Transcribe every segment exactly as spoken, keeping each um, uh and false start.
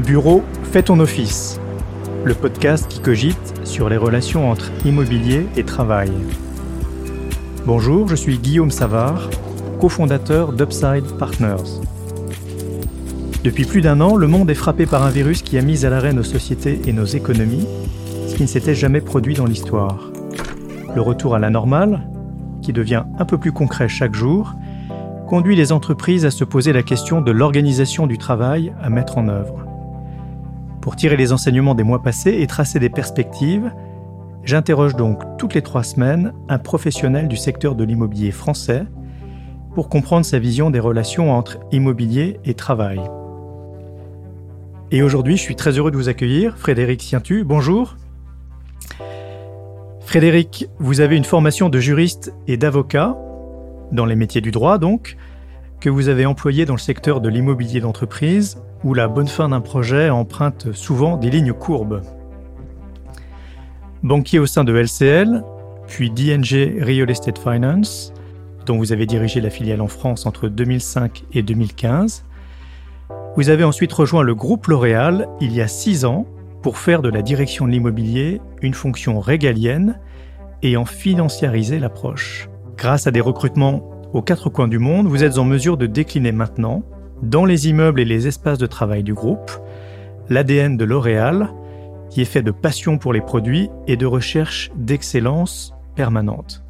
Bureau, fais ton office. Le podcast qui cogite sur les relations entre immobilier et travail. Bonjour, je suis Guillaume Savard, cofondateur d'Upside Partners. Depuis plus d'un an, le monde est frappé par un virus qui a mis à l'arrêt nos sociétés et nos économies, ce qui ne s'était jamais produit dans l'histoire. Le retour à la normale, qui devient un peu plus concret chaque jour, conduit les entreprises à se poser la question de l'organisation du travail à mettre en œuvre. Pour tirer les enseignements des mois passés et tracer des perspectives, j'interroge donc toutes les trois semaines un professionnel du secteur de l'immobilier français pour comprendre sa vision des relations entre immobilier et travail. Et aujourd'hui, je suis très heureux de vous accueillir. Frédéric Sientu, bonjour. Frédéric, vous avez une formation de juriste et d'avocat, dans les métiers du droit donc, que vous avez employé dans le secteur de l'immobilier d'entreprise, où la bonne fin d'un projet emprunte souvent des lignes courbes. Banquier au sein de L C L, puis D N G Real Estate Finance, dont vous avez dirigé la filiale en France entre deux mille cinq et deux mille quinze. Vous avez ensuite rejoint le groupe L'Oréal il y a six ans pour faire de la direction de l'immobilier une fonction régalienne et en financiariser l'approche. Grâce à des recrutements aux quatre coins du monde, vous êtes en mesure de décliner maintenant, dans les immeubles et les espaces de travail du groupe, l'A D N de L'Oréal, qui est fait de passion pour les produits et de recherche d'excellence permanente.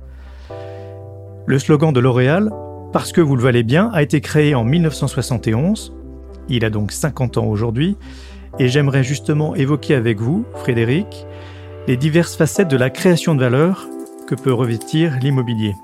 Le slogan de L'Oréal, « Parce que vous le valez bien », a été créé en mille neuf cent soixante et onze. Il a donc cinquante ans aujourd'hui. Et j'aimerais justement évoquer avec vous, Frédéric, les diverses facettes de la création de valeur que peut revêtir l'immobilier.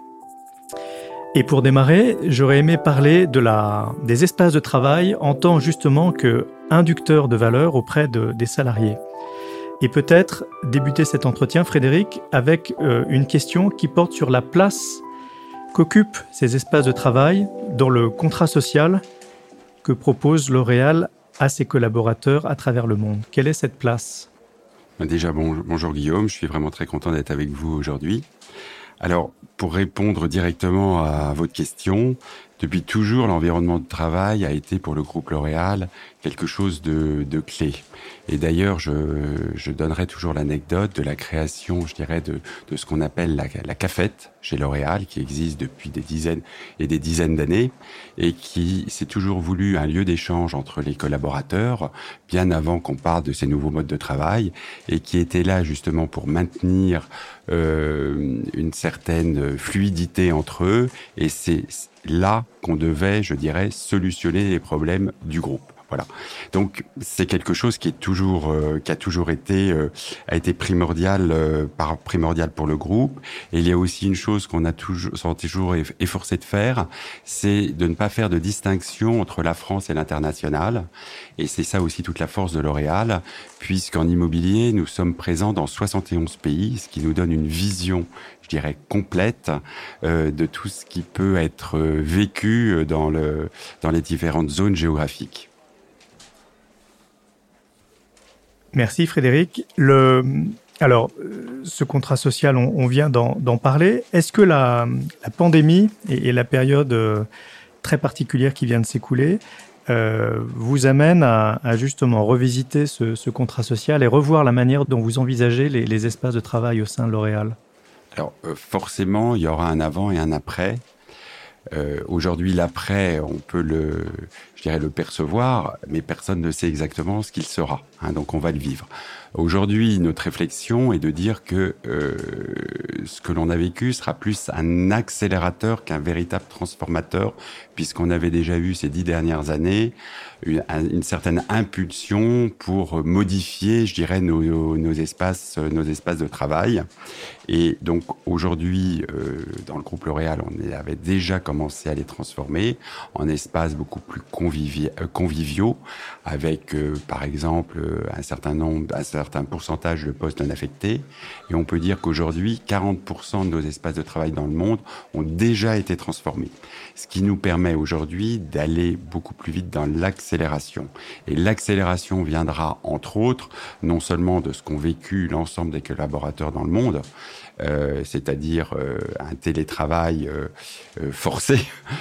Et pour démarrer, j'aurais aimé parler de la, des espaces de travail en tant justement qu'inducteur de valeur auprès de, des salariés. Et peut-être débuter cet entretien, Frédéric, avec euh, une question qui porte sur la place qu'occupent ces espaces de travail dans le contrat social que propose L'Oréal à ses collaborateurs à travers le monde. Quelle est cette place ? Déjà, bon, bonjour Guillaume, je suis vraiment très content d'être avec vous aujourd'hui. Alors, pour répondre directement à votre question, depuis toujours, l'environnement de travail a été pour le groupe L'Oréal quelque chose de, de clé. Et d'ailleurs, je, je donnerai toujours l'anecdote de la création, je dirais, de, de ce qu'on appelle la, la cafette chez L'Oréal, qui existe depuis des dizaines et des dizaines d'années, et qui s'est toujours voulu un lieu d'échange entre les collaborateurs, bien avant qu'on parle de ces nouveaux modes de travail, et qui était là justement pour maintenir euh, une certaine fluidité entre eux, et c'est là qu'on devait, je dirais, solutionner les problèmes du groupe. Voilà. Donc c'est quelque chose qui est toujours, euh, qui a toujours été, euh, a été primordial, euh, par primordial pour le groupe. Et il y a aussi une chose qu'on a toujours, sont toujours efforcé de faire, c'est de ne pas faire de distinction entre la France et l'international. Et c'est ça aussi toute la force de L'Oréal, puisqu'en immobilier nous sommes présents dans soixante et onze pays, ce qui nous donne une vision, je dirais, complète euh, de tout ce qui peut être vécu dans le, dans les différentes zones géographiques. Merci Frédéric. Le, alors, ce contrat social, on, on vient d'en, d'en parler. Est-ce que la, la pandémie et, et la période euh, très particulière qui vient de s'écouler euh, vous amène à, à justement revisiter ce, ce contrat social et revoir la manière dont vous envisagez les, les espaces de travail au sein de L'Oréal ? Alors, euh, forcément, il y aura un avant et un après. Euh, aujourd'hui, l'après, on peut le, je dirais, le percevoir, mais personne ne sait exactement ce qu'il sera. Hein, donc, on va le vivre. Aujourd'hui, notre réflexion est de dire que euh, ce que l'on a vécu sera plus un accélérateur qu'un véritable transformateur, puisqu'on avait déjà eu ces dix dernières années une, une certaine impulsion pour modifier, je dirais, nos, nos espaces, nos espaces de travail. Et donc aujourd'hui, euh, dans le groupe L'Oréal, on avait déjà commencé à les transformer en espaces beaucoup plus convivi- euh, conviviaux, avec euh, par exemple euh, un certain nombre, un certain pourcentage de postes non affectés. Et on peut dire qu'aujourd'hui, quarante pour cent de nos espaces de travail dans le monde ont déjà été transformés. Ce qui nous permet aujourd'hui d'aller beaucoup plus vite dans l'accélération. Et l'accélération viendra, entre autres, non seulement de ce qu'ont vécu l'ensemble des collaborateurs dans le monde, Euh, c'est-à-dire euh, un télétravail euh, euh, forcé.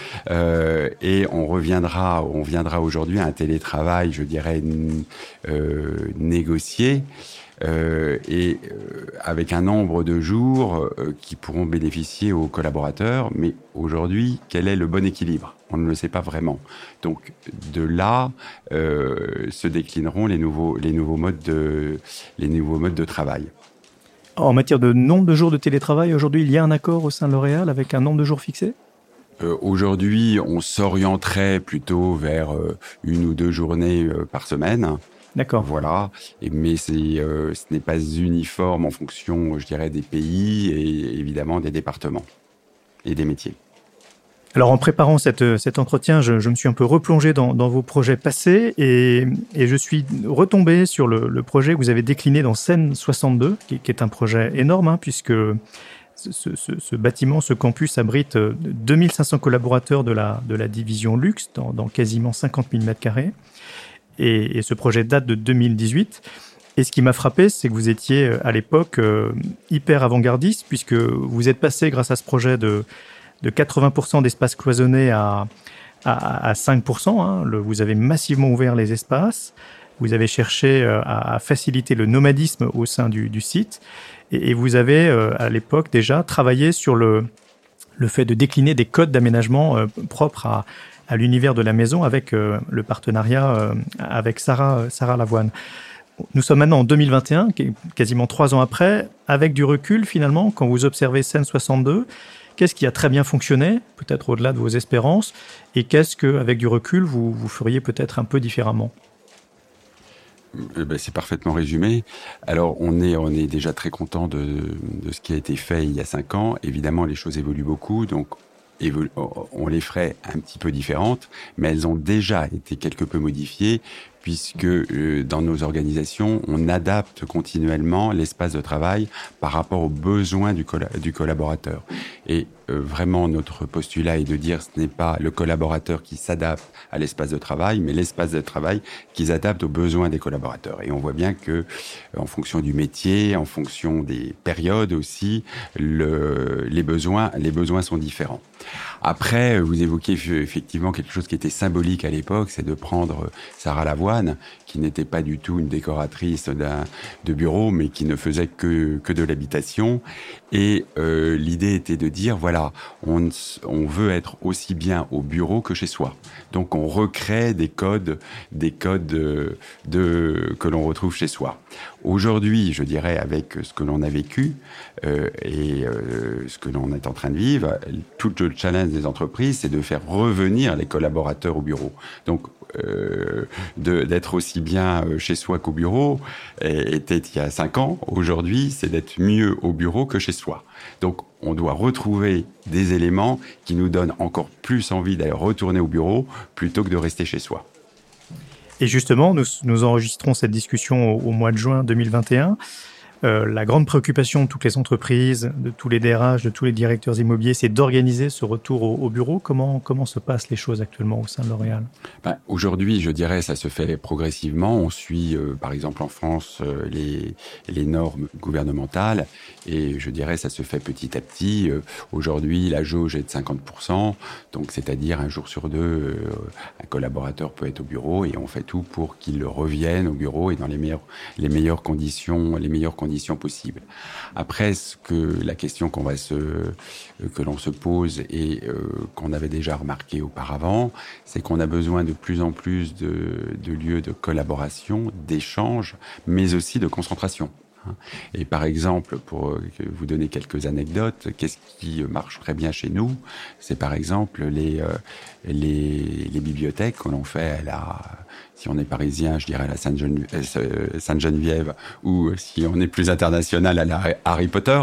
Euh, et on reviendra, on viendra aujourd'hui à un télétravail, je dirais, n- euh, négocié, euh, et euh, avec un nombre de jours euh, qui pourront bénéficier aux collaborateurs. Mais aujourd'hui, quel est le bon équilibre ? On ne le sait pas vraiment. Donc, de là euh, se déclineront les nouveaux, les nouveaux modes de, les nouveaux modes de travail. En matière de nombre de jours de télétravail, aujourd'hui, il y a un accord au sein de L'Oréal avec un nombre de jours fixé ? Euh, aujourd'hui, on s'orienterait plutôt vers euh, une ou deux journées euh, par semaine. D'accord. Voilà. Et, mais c'est, euh, ce n'est pas uniforme en fonction, je dirais, des pays et évidemment des départements et des métiers. Alors, en préparant cette, cet entretien, je, je me suis un peu replongé dans, dans vos projets passés et, et je suis retombé sur le, le projet que vous avez décliné dans Seine soixante-deux, qui, qui est un projet énorme, hein, puisque ce, ce, ce bâtiment, ce campus abrite deux mille cinq cents collaborateurs de la, de la division luxe dans, dans quasiment cinquante mille mètres carrés. Et, et ce projet date de deux mille dix-huit. Et ce qui m'a frappé, c'est que vous étiez à l'époque euh, hyper avant-gardiste, puisque vous êtes passé, grâce à ce projet, de de quatre-vingts pour cent d'espaces cloisonnés à, à, à cinq pour cent. Hein. Le, vous avez massivement ouvert les espaces. Vous avez cherché euh, à, à faciliter le nomadisme au sein du, du site. Et, et vous avez, euh, à l'époque déjà, travaillé sur le, le fait de décliner des codes d'aménagement euh, propres à, à l'univers de la maison avec euh, le partenariat euh, avec Sarah, Sarah Lavoine. Nous sommes maintenant en deux mille vingt et un, quasiment trois ans après. Avec du recul, finalement, quand vous observez Seine soixante-deux, qu'est-ce qui a très bien fonctionné, peut-être au-delà de vos espérances, et qu'est-ce qu'avec du recul, vous, vous feriez peut-être un peu différemment ? Eh ben, c'est parfaitement résumé. Alors, on est, on est déjà très content de, de ce qui a été fait il y a cinq ans. Évidemment, les choses évoluent beaucoup, donc évolu- on les ferait un petit peu différentes, mais elles ont déjà été quelque peu modifiées, puisque euh, dans nos organisations, on adapte continuellement l'espace de travail par rapport aux besoins du, colla- du collaborateur. Et euh, vraiment, notre postulat est de dire ce n'est pas le collaborateur qui s'adapte à l'espace de travail, mais l'espace de travail qui s'adapte aux besoins des collaborateurs. Et on voit bien que, en fonction du métier, en fonction des périodes aussi, le, les besoins, les besoins sont différents. Après, vous évoquez effectivement quelque chose qui était symbolique à l'époque, c'est de prendre Sarah Lavoine, qui n'était pas du tout une décoratrice d'un, de bureau, mais qui ne faisait que, que de l'habitation. Et euh, l'idée était de dire, voilà, on, on veut être aussi bien au bureau que chez soi. Donc on recrée des codes, des codes de, de, que l'on retrouve chez soi. Aujourd'hui, je dirais, avec ce que l'on a vécu euh, et euh, ce que l'on est en train de vivre, tout le challenge des entreprises, c'est de faire revenir les collaborateurs au bureau. Donc, euh, de, d'être aussi bien chez soi qu'au bureau et, était il y a cinq ans. Aujourd'hui, c'est d'être mieux au bureau que chez soi. Donc, on doit retrouver des éléments qui nous donnent encore plus envie d'aller retourner au bureau plutôt que de rester chez soi. Et justement, nous, nous enregistrons cette discussion au, au mois de juin deux mille vingt et un. Euh, la grande préoccupation de toutes les entreprises, de tous les D R H, de tous les directeurs immobiliers, c'est d'organiser ce retour au, au bureau. Comment, comment se passent les choses actuellement au sein de L'Oréal ? Ben, aujourd'hui, je dirais, ça se fait progressivement. On suit, euh, par exemple, en France, euh, les, les normes gouvernementales. Et je dirais, ça se fait petit à petit. Euh, aujourd'hui, la jauge est de cinquante pour cent. Donc, c'est-à-dire, un jour sur deux, euh, un collaborateur peut être au bureau et on fait tout pour qu'il revienne au bureau et dans les meilleures, les meilleures conditions, les meilleures conditions possibles. Après, ce que la question qu'on va se, que l'on se pose et euh, qu'on avait déjà remarqué auparavant, c'est qu'on a besoin de plus en plus de, de lieux de collaboration, d'échange, mais aussi de concentration. Et par exemple, pour vous donner quelques anecdotes, qu'est-ce qui marche très bien chez nous? C'est par exemple les, euh, les, les bibliothèques que l'on fait à la... Si on est parisien, je dirais à la Sainte-Geneviève, Sainte-Geneviève, ou si on est plus international, à la Harry Potter.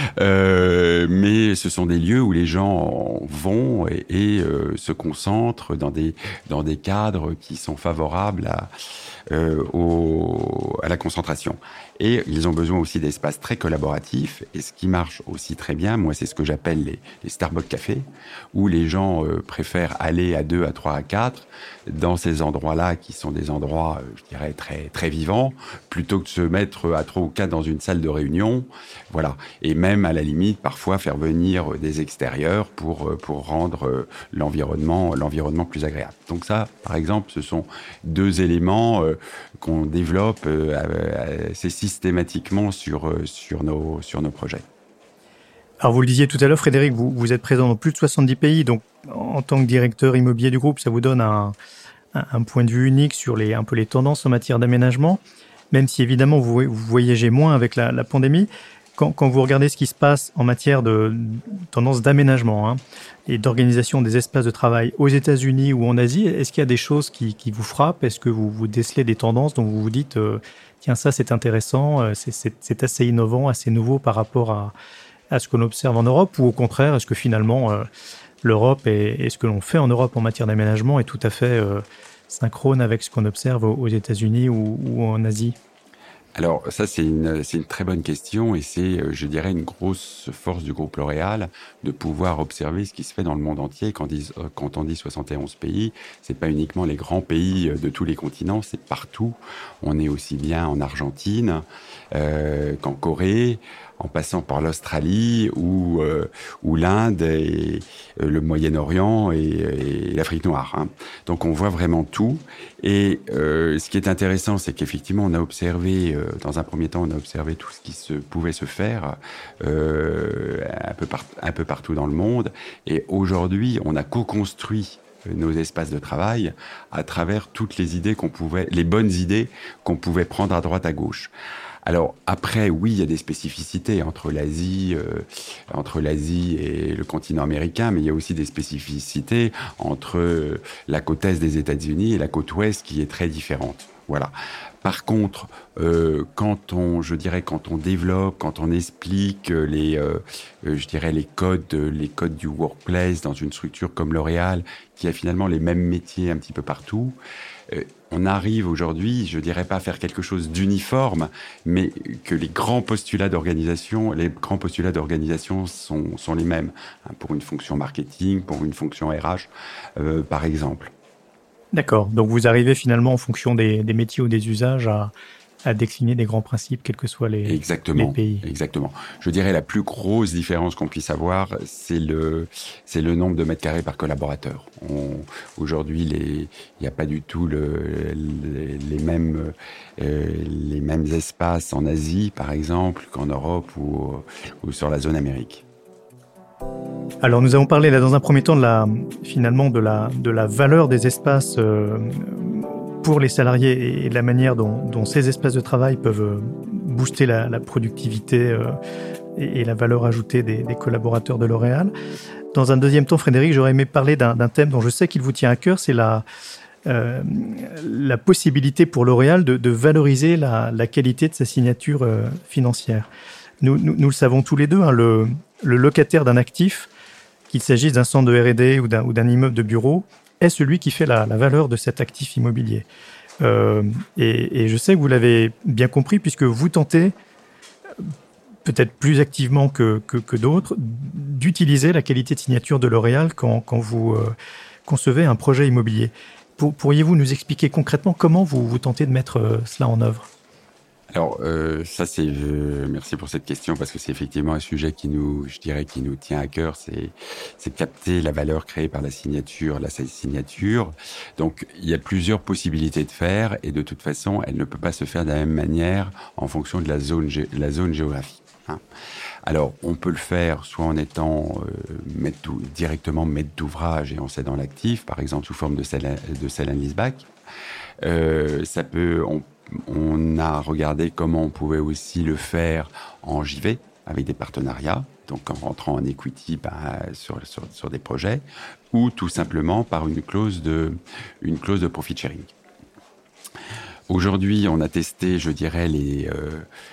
Euh, mais ce sont des lieux où les gens vont et, et euh, se concentrent dans des, dans des cadres qui sont favorables à, euh, au, à la concentration. Et ils ont besoin aussi d'espaces très collaboratifs. Et ce qui marche aussi très bien, moi, c'est ce que j'appelle les, les Starbucks Cafés, où les gens euh, préfèrent aller à deux, à trois, à quatre, dans ces endroits-là qui sont des endroits, euh, je dirais, très, très vivants, plutôt que de se mettre à trois ou quatre dans une salle de réunion. Voilà. Et même, à la limite, parfois faire venir des extérieurs pour, pour rendre l'environnement, l'environnement plus agréable. Donc ça, par exemple, ce sont deux éléments euh, qu'on développe euh, assez systématiquement sur, sur, nos, sur nos projets. Alors vous le disiez tout à l'heure, Frédéric, vous, vous êtes présent dans plus de soixante-dix pays, donc en tant que directeur immobilier du groupe, ça vous donne un, un, un point de vue unique sur les, un peu les tendances en matière d'aménagement, même si évidemment vous, vous voyagez moins avec la, la pandémie. Quand, quand vous regardez ce qui se passe en matière de, de tendance d'aménagement hein, et d'organisation des espaces de travail aux États-Unis ou en Asie, est-ce qu'il y a des choses qui, qui vous frappent? Est-ce que vous, vous décelez des tendances dont vous vous dites euh, tiens, ça c'est intéressant, c'est, c'est, c'est assez innovant, assez nouveau par rapport à, à ce qu'on observe en Europe, ou au contraire, est-ce que finalement euh, l'Europe et, et ce que l'on fait en Europe en matière d'aménagement est tout à fait euh, synchrone avec ce qu'on observe aux, aux États-Unis ou, ou en Asie? Alors ça, c'est une, c'est une très bonne question et c'est, je dirais, une grosse force du groupe L'Oréal de pouvoir observer ce qui se fait dans le monde entier. Quand, dit, quand on dit soixante et onze pays, c'est pas uniquement les grands pays de tous les continents, c'est partout. On est aussi bien en Argentine euh, qu'en Corée, en passant par l'Australie ou, euh, ou l'Inde et euh, le Moyen-Orient et, et l'Afrique noire. Hein. Donc on voit vraiment tout. Et euh, ce qui est intéressant, c'est qu'effectivement, on a observé, euh, dans un premier temps, on a observé tout ce qui se pouvait se faire euh, un peu, par, un peu partout dans le monde. Et aujourd'hui, on a co-construit nos espaces de travail à travers toutes les idées qu'on pouvait, les bonnes idées qu'on pouvait prendre à droite, à gauche. Alors après, oui, il y a des spécificités entre l'Asie, euh, entre l'Asie et le continent américain, mais il y a aussi des spécificités entre la côte est des États-Unis et la côte ouest qui est très différente. Voilà. Par contre, euh, quand on, je dirais, quand on développe, quand on explique les, euh, je dirais, les codes, les codes du workplace dans une structure comme L'Oréal, qui a finalement les mêmes métiers un petit peu partout, euh, on arrive aujourd'hui, je dirais pas à faire quelque chose d'uniforme, mais que les grands postulats d'organisation, les grands postulats d'organisation sont, sont les mêmes, hein, pour une fonction marketing, pour une fonction R H, euh, par exemple. D'accord. Donc vous arrivez finalement en fonction des, des métiers ou des usages à, à décliner des grands principes, quels que soient les, exactement, les pays. Exactement. Je dirais la plus grosse différence qu'on puisse avoir, c'est le, c'est le nombre de mètres carrés par collaborateur. On, aujourd'hui, les, il n'y a pas du tout le, les, les mêmes, euh, les mêmes espaces en Asie, par exemple, qu'en Europe ou, ou sur la zone Amérique. Alors nous avons parlé là dans un premier temps de la, finalement de la, de la valeur des espaces euh, pour les salariés et de la manière dont, dont ces espaces de travail peuvent booster la, la productivité euh, et, et la valeur ajoutée des, des collaborateurs de L'Oréal. Dans un deuxième temps, Frédéric, j'aurais aimé parler d'un, d'un thème dont je sais qu'il vous tient à cœur, c'est la, euh, la possibilité pour L'Oréal de, de valoriser la, la qualité de sa signature euh, financière. Nous, nous, nous le savons tous les deux, hein, le, le locataire d'un actif, qu'il s'agisse d'un centre de R et D ou d'un, ou d'un immeuble de bureau, est celui qui fait la, la valeur de cet actif immobilier. Euh, et, et je sais que vous l'avez bien compris, puisque vous tentez, peut-être plus activement que, que, que d'autres, d'utiliser la qualité de signature de L'Oréal quand, quand vous euh, concevez un projet immobilier. Pour, pourriez-vous nous expliquer concrètement comment vous, vous tentez de mettre euh, cela en œuvre ? Alors euh, ça c'est euh, merci pour cette question parce que c'est effectivement un sujet qui nous je dirais qui nous tient à cœur, c'est c'est capter la valeur créée par la signature, la signature. Donc il y a plusieurs possibilités de faire et de toute façon, elle ne peut pas se faire de la même manière en fonction de la zone la zone géographique. Hein. Alors on peut le faire soit en étant euh, maître, directement maître d'ouvrage et en cédant l'actif, par exemple sous forme de sell de sell and leaseback. Euh, ça peut on on a regardé comment on pouvait aussi le faire en J V, avec des partenariats, donc en rentrant en equity bah, sur, sur, sur des projets, ou tout simplement par une clause de, une clause de profit sharing. Aujourd'hui, on a testé, je dirais, les, euh,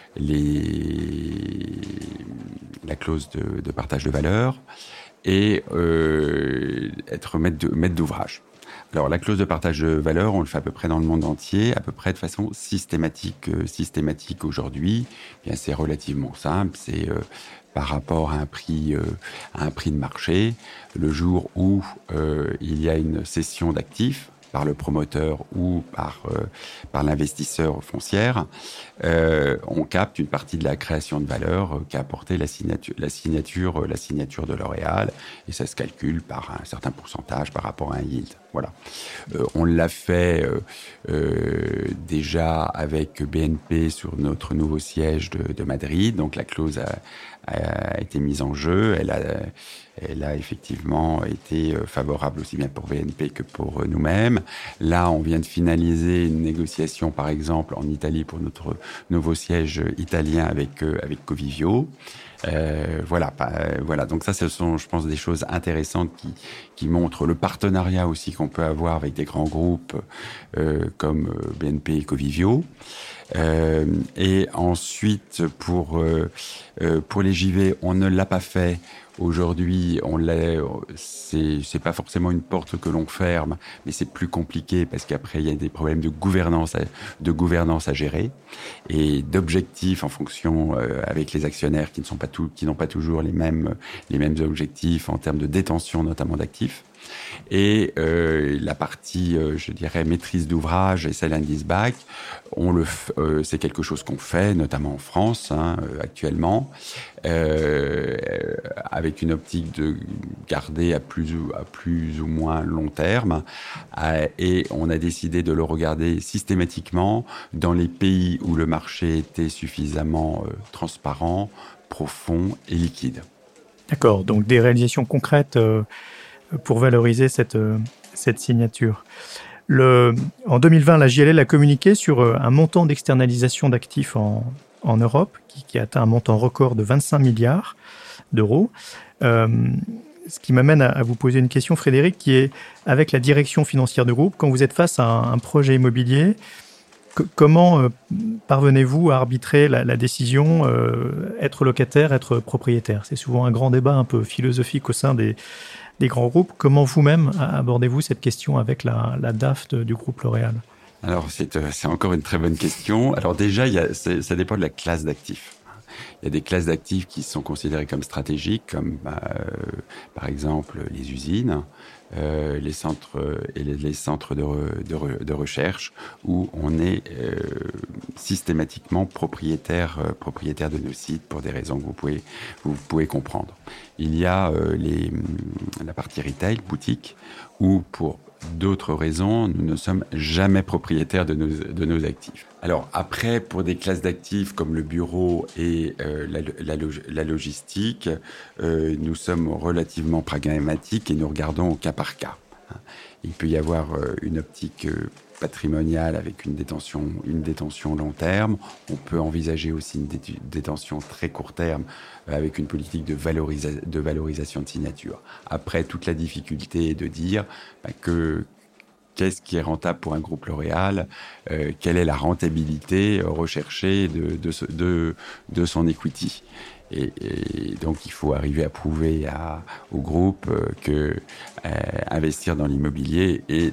les, la clause de, de partage de valeur et euh, être maître, de, maître d'ouvrage. Alors, la clause de partage de valeur, on le fait à peu près dans le monde entier, à peu près de façon systématique, euh, systématique aujourd'hui. Bien, c'est relativement simple, c'est euh, par rapport à un prix, euh, à un prix de marché. Le jour où euh, il y a une cession d'actifs, par le promoteur ou par, euh, par l'investisseur foncière, euh, on capte une partie de la création de valeur euh, qu'a apporté la signature, la, signature, euh, la signature de L'Oréal, et ça se calcule par un certain pourcentage par rapport à un yield. Voilà. Euh, on l'a fait euh, euh, déjà avec B N P sur notre nouveau siège de, de Madrid, donc la clause a, a été mise en jeu, elle a, elle a effectivement été favorable aussi bien pour B N P que pour nous-mêmes. Là, on vient de finaliser une négociation, par exemple, en Italie pour notre nouveau siège italien avec, avec Covivio. Euh, voilà, euh, voilà. Donc ça, ce sont, je pense, des choses intéressantes qui, qui montrent le partenariat aussi qu'on peut avoir avec des grands groupes euh, comme B N P et Covivio. Euh, et ensuite, pour euh, euh, pour les J V, on ne l'a pas fait. Aujourd'hui, on l'a. C'est c'est pas forcément une porte que l'on ferme, mais c'est plus compliqué parce qu'après il y a des problèmes de gouvernance, à, de gouvernance à gérer et d'objectifs en fonction euh, avec les actionnaires qui ne sont pas tout, qui n'ont pas toujours les mêmes les mêmes objectifs en termes de détention notamment d'actifs. Et euh, la partie, euh, je dirais, maîtrise d'ouvrage et sell and leaseback, on le, f- euh, c'est quelque chose qu'on fait, notamment en France hein, euh, actuellement, euh, avec une optique de garder à plus ou, à plus ou moins long terme. Euh, et on a décidé de le regarder systématiquement dans les pays où le marché était suffisamment euh, transparent, profond et liquide. D'accord, donc des réalisations concrètes euh, pour valoriser cette, euh, cette signature. Le, en deux mille vingt, la J L L a communiqué sur euh, un montant d'externalisation d'actifs en, en Europe qui, qui a atteint un montant record de vingt-cinq milliards d'euros. Euh, ce qui m'amène à, à vous poser une question, Frédéric, qui est avec la direction financière du groupe, quand vous êtes face à un, un projet immobilier, que, comment euh, parvenez-vous à arbitrer la, la décision euh, être locataire, être propriétaire ? C'est souvent un grand débat un peu philosophique au sein des des grands groupes. Comment vous-même abordez-vous cette question avec la, la D A F de, du groupe L'Oréal ? Alors, c'est, euh, c'est encore une très bonne question. Alors déjà, il y a, c'est, ça dépend de la classe d'actifs. Il y a des classes d'actifs qui sont considérées comme stratégiques, comme bah, euh, par exemple les usines, euh, les centres et les, les centres de, re, de, re, de recherche, où on est euh, systématiquement propriétaire, euh, propriétaire de nos sites pour des raisons que vous pouvez, vous pouvez comprendre. Il y a euh, les, la partie retail, boutique, où pour d'autres raisons, nous ne sommes jamais propriétaires de nos, de nos actifs. Alors après, pour des classes d'actifs comme le bureau et euh, la, la, la logistique, euh, nous sommes relativement pragmatiques et nous regardons au cas par cas. Il peut y avoir euh, une optique euh, patrimoniale avec une détention, une détention long terme. On peut envisager aussi une dé- détention très court terme euh, avec une politique de, valorisa- de valorisation de signature. Après, toute la difficulté est de dire bah, que qu'est-ce qui est rentable pour un groupe L'Oréal, euh, quelle est la rentabilité recherchée de, de, ce, de, de son equity. Et, et donc, il faut arriver à prouver à, au groupe euh, que euh, investir dans l'immobilier est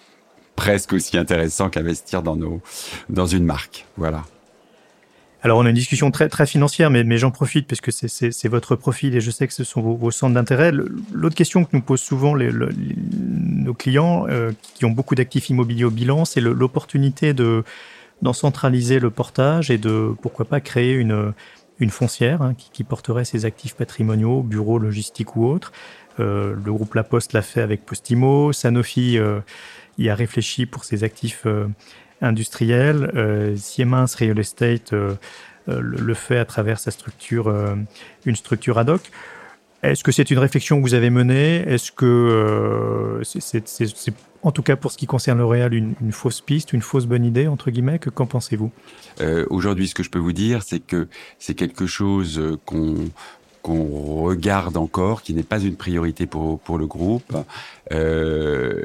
presque aussi intéressant qu'investir dans, nos, dans une marque. Voilà. Alors, on a une discussion très, très financière, mais, mais j'en profite parce que c'est, c'est, c'est votre profil et je sais que ce sont vos, vos centres d'intérêt. L'autre question que nous posent souvent les, les, nos clients euh, qui ont beaucoup d'actifs immobiliers au bilan, c'est le, l'opportunité de, d'en centraliser le portage et de, pourquoi pas, créer une, une foncière hein, qui, qui porterait ces actifs patrimoniaux, bureaux, logistiques ou autres. Euh, le groupe La Poste l'a fait avec Postimo. Sanofi euh, y a réfléchi pour ses actifs euh, industriel. Euh, Siemens Real Estate euh, euh, le, le fait à travers sa structure, euh, une structure ad hoc. Est-ce que c'est une réflexion que vous avez menée? Est-ce que euh, c'est, c'est, c'est, c'est, en tout cas pour ce qui concerne L'Oréal, une, une fausse piste, une fausse bonne idée, entre guillemets? Que, qu'en pensez-vous? euh, Aujourd'hui, ce que je peux vous dire, c'est que c'est quelque chose qu'on... qu'on regarde encore, qui n'est pas une priorité pour, pour le groupe. Euh,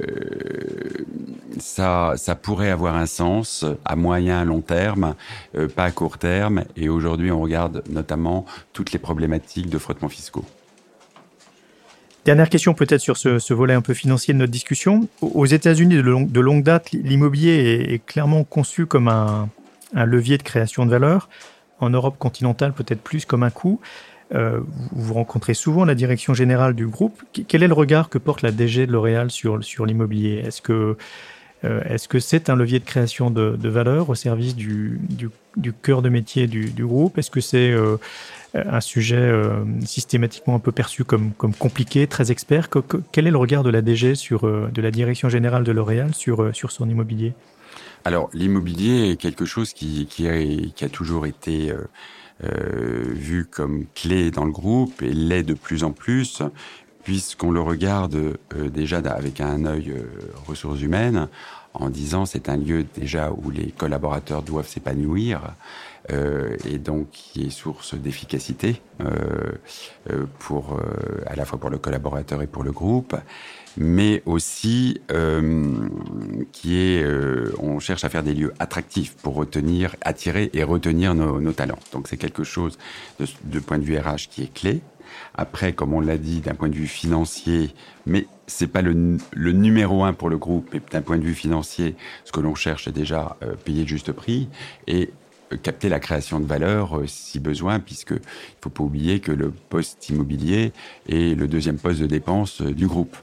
ça, ça pourrait avoir un sens à moyen, à long terme, euh, pas à court terme. Et aujourd'hui, on regarde notamment toutes les problématiques de frottements fiscaux. Dernière question peut-être sur ce, ce volet un peu financier de notre discussion. Aux États-Unis, de, long, de longue date, l'immobilier est, est clairement conçu comme un, un levier de création de valeur. En Europe continentale, peut-être plus comme un coût. Euh, vous rencontrez souvent la direction générale du groupe. Quel est le regard que porte la D G de L'Oréal sur, sur l'immobilier? Est-ce que, euh, est-ce que c'est un levier de création de, de valeur au service du, du, du cœur de métier du, du groupe? Est-ce que c'est euh, un sujet euh, systématiquement un peu perçu comme, comme compliqué, très expert? que, que, Quel est le regard de la D G, sur, euh, de la direction générale de L'Oréal sur, euh, sur son immobilier? Alors, l'immobilier est quelque chose qui, qui, a, qui a toujours été... Euh, Euh, vu comme clé dans le groupe et l'est de plus en plus, puisqu'on le regarde euh, déjà avec un œil euh, ressources humaines, en disant c'est un lieu déjà où les collaborateurs doivent s'épanouir euh, et donc qui est source d'efficacité euh, euh, pour euh, à la fois pour le collaborateur et pour le groupe, mais aussi euh, qui est, euh, on cherche à faire des lieux attractifs pour retenir, attirer et retenir nos, nos talents. Donc c'est quelque chose de, de point de vue R H qui est clé. Après, comme on l'a dit, d'un point de vue financier, mais c'est pas le, le numéro un pour le groupe, mais d'un point de vue financier, ce que l'on cherche est déjà euh, payer le juste prix et euh, capter la création de valeur euh, si besoin, puisque il faut pas oublier que le poste immobilier est le deuxième poste de dépense euh, du groupe.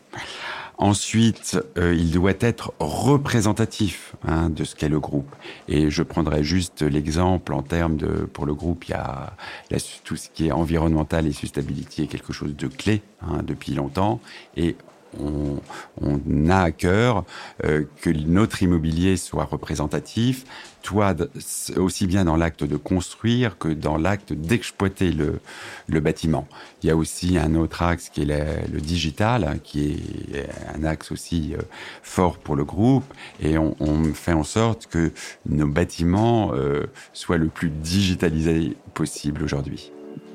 Ensuite, euh, il doit être représentatif hein, de ce qu'est le groupe. Et je prendrai juste l'exemple en termes de, pour le groupe, il y a la, tout ce qui est environnemental et sustainability est quelque chose de clé hein, depuis longtemps. Et on, on a à cœur euh, que notre immobilier soit représentatif, toi, aussi bien dans l'acte de construire que dans l'acte d'exploiter le, le bâtiment. Il y a aussi un autre axe qui est le, le digital, qui est un axe aussi euh, fort pour le groupe, et on, on fait en sorte que nos bâtiments euh, soient le plus digitalisés possible aujourd'hui.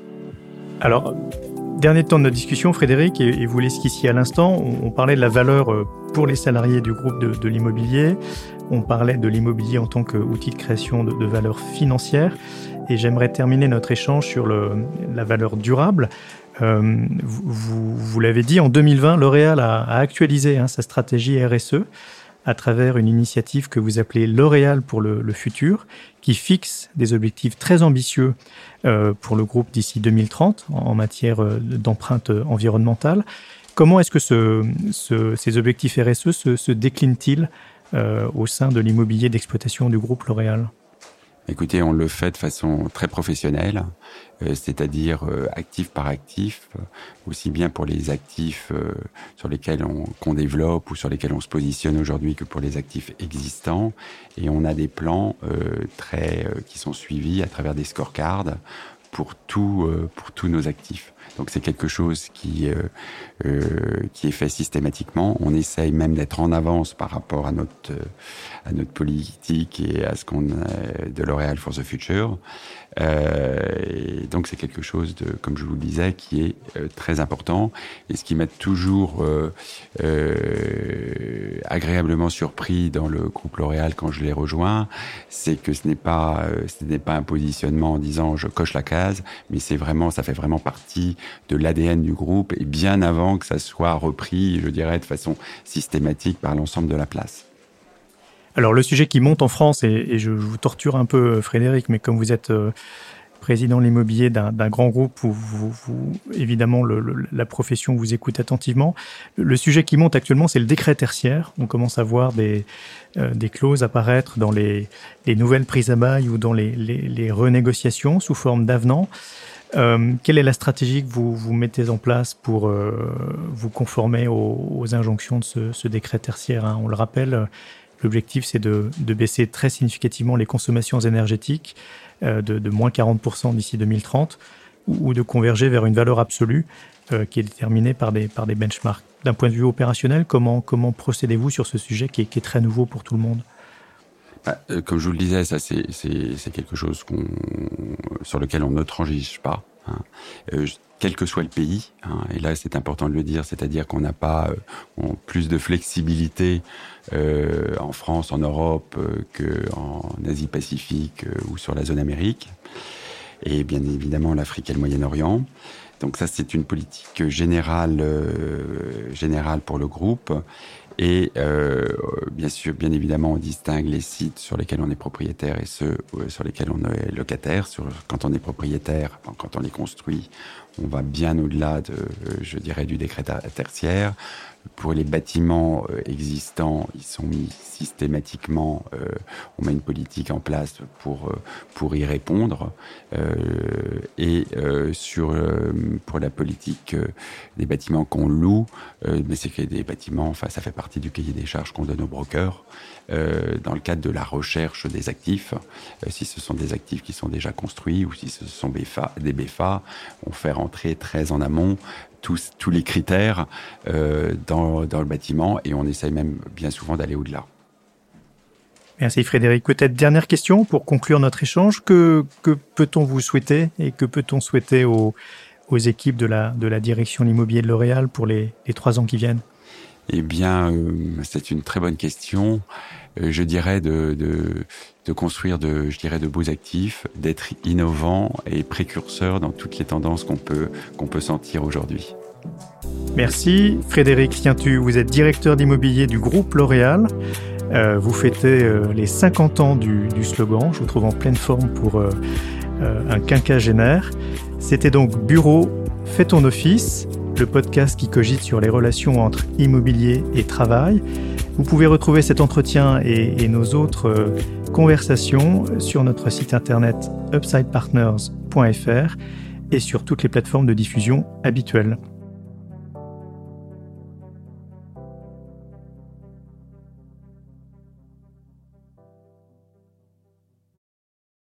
Alors, dernier temps de notre discussion, Frédéric, et, et vous l'esquissiez à l'instant, on, on parlait de la valeur pour les salariés du groupe de, de l'immobilier, on parlait de l'immobilier en tant qu'outil de création de, de valeur financière, et j'aimerais terminer notre échange sur le, la valeur durable. Euh, vous, vous, vous l'avez dit, en deux mille vingt, L'Oréal a, a actualisé hein, sa stratégie R S E à travers une initiative que vous appelez L'Oréal pour le, le futur, qui fixe des objectifs très ambitieux euh, pour le groupe d'ici deux mille trente en, en matière euh, d'empreinte environnementale. Comment est-ce que ce, ce, ces objectifs R S E se, se déclinent-ils euh, au sein de l'immobilier d'exploitation du groupe L'Oréal ? Écoutez, on le fait de façon très professionnelle, euh, c'est-à-dire euh, actif par actif, euh, aussi bien pour les actifs euh, sur lesquels on qu'on développe ou sur lesquels on se positionne aujourd'hui que pour les actifs existants. Et on a des plans euh, très euh, qui sont suivis à travers des scorecards pour tout euh, pour tous nos actifs. Donc c'est quelque chose qui euh, euh, qui est fait systématiquement. On essaye même d'être en avance par rapport à notre euh, à notre politique et à ce qu'on a de L'Oréal for the Future. Euh, et donc c'est quelque chose de, comme je vous le disais, qui est euh, très important. Et ce qui m'a toujours euh, euh, agréablement surpris dans le groupe L'Oréal quand je l'ai rejoint, c'est que ce n'est pas euh, ce n'est pas un positionnement en disant je coche la case, mais c'est vraiment ça fait vraiment partie de l'A D N du groupe et bien avant que ça soit repris, je dirais, de façon systématique par l'ensemble de la place. Alors le sujet qui monte en France, et, et je, je vous torture un peu Frédéric, mais comme vous êtes euh, président de l'immobilier d'un, d'un grand groupe où vous, vous, évidemment le, le, la profession vous écoute attentivement, le, le sujet qui monte actuellement c'est le décret tertiaire. On commence à voir des, euh, des clauses apparaître dans les, les nouvelles prises à bail ou dans les, les, les renégociations sous forme d'avenants. Euh, quelle est la stratégie que vous, vous mettez en place pour euh, vous conformer aux, aux injonctions de ce, ce décret tertiaire hein? On le rappelle, l'objectif c'est de, de baisser très significativement les consommations énergétiques euh, de, de moins quarante pour cent d'ici deux mille trente. ou, ou de converger vers une valeur absolue euh, qui est déterminée par des, par des benchmarks. D'un point de vue opérationnel, comment, comment procédez-vous sur ce sujet qui est, qui est très nouveau pour tout le monde ? Bah, euh, comme je vous le disais, ça c'est, c'est, c'est quelque chose qu'on, sur lequel on ne transige pas. Hein. Euh, quel que soit le pays, hein, et là c'est important de le dire, c'est-à-dire qu'on n'a pas euh, plus de flexibilité euh, en France, en Europe, euh, qu'en Asie-Pacifique euh, ou sur la zone Amérique, et bien évidemment l'Afrique et le Moyen-Orient. Donc ça c'est une politique générale, euh, générale pour le groupe. Et euh, bien sûr, bien évidemment, on distingue les sites sur lesquels on est propriétaire et ceux sur lesquels on est locataire. Sur, quand on est propriétaire, quand on les construit, on va bien au-delà de, je dirais, du décret tertiaire. Pour les bâtiments existants, ils sont mis systématiquement, euh, on met une politique en place pour pour y répondre. Euh, et euh, sur euh, pour la politique euh, des bâtiments qu'on loue, euh, mais c'est que des bâtiments, enfin ça fait partie du cahier des charges qu'on donne aux brokers euh, dans le cadre de la recherche des actifs. Euh, si ce sont des actifs qui sont déjà construits ou si ce sont B F A, des B F A, on fait rentrer très en amont tous tous les critères euh, dans dans le bâtiment et on essaye même bien souvent d'aller au-delà. Merci Frédéric. Peut-être dernière question pour conclure notre échange. Que, que peut-on vous souhaiter et que peut-on souhaiter aux, aux équipes de la, de la direction de l'immobilier de L'Oréal pour les, les trois ans qui viennent ? Eh bien, euh, c'est une très bonne question. Euh, je dirais de, de, de construire de, je dirais de beaux actifs, d'être innovant et précurseur dans toutes les tendances qu'on peut, qu'on peut sentir aujourd'hui. Merci. Frédéric Rientu, vous êtes directeur d'immobilier du groupe L'Oréal. Euh, vous fêtez euh, les cinquante ans du, du slogan. Je vous trouve en pleine forme pour euh, euh, un quinquagénaire. C'était donc Bureau, fais ton office, le podcast qui cogite sur les relations entre immobilier et travail. Vous pouvez retrouver cet entretien et, et nos autres euh, conversations sur notre site internet upside partners point f r et sur toutes les plateformes de diffusion habituelles.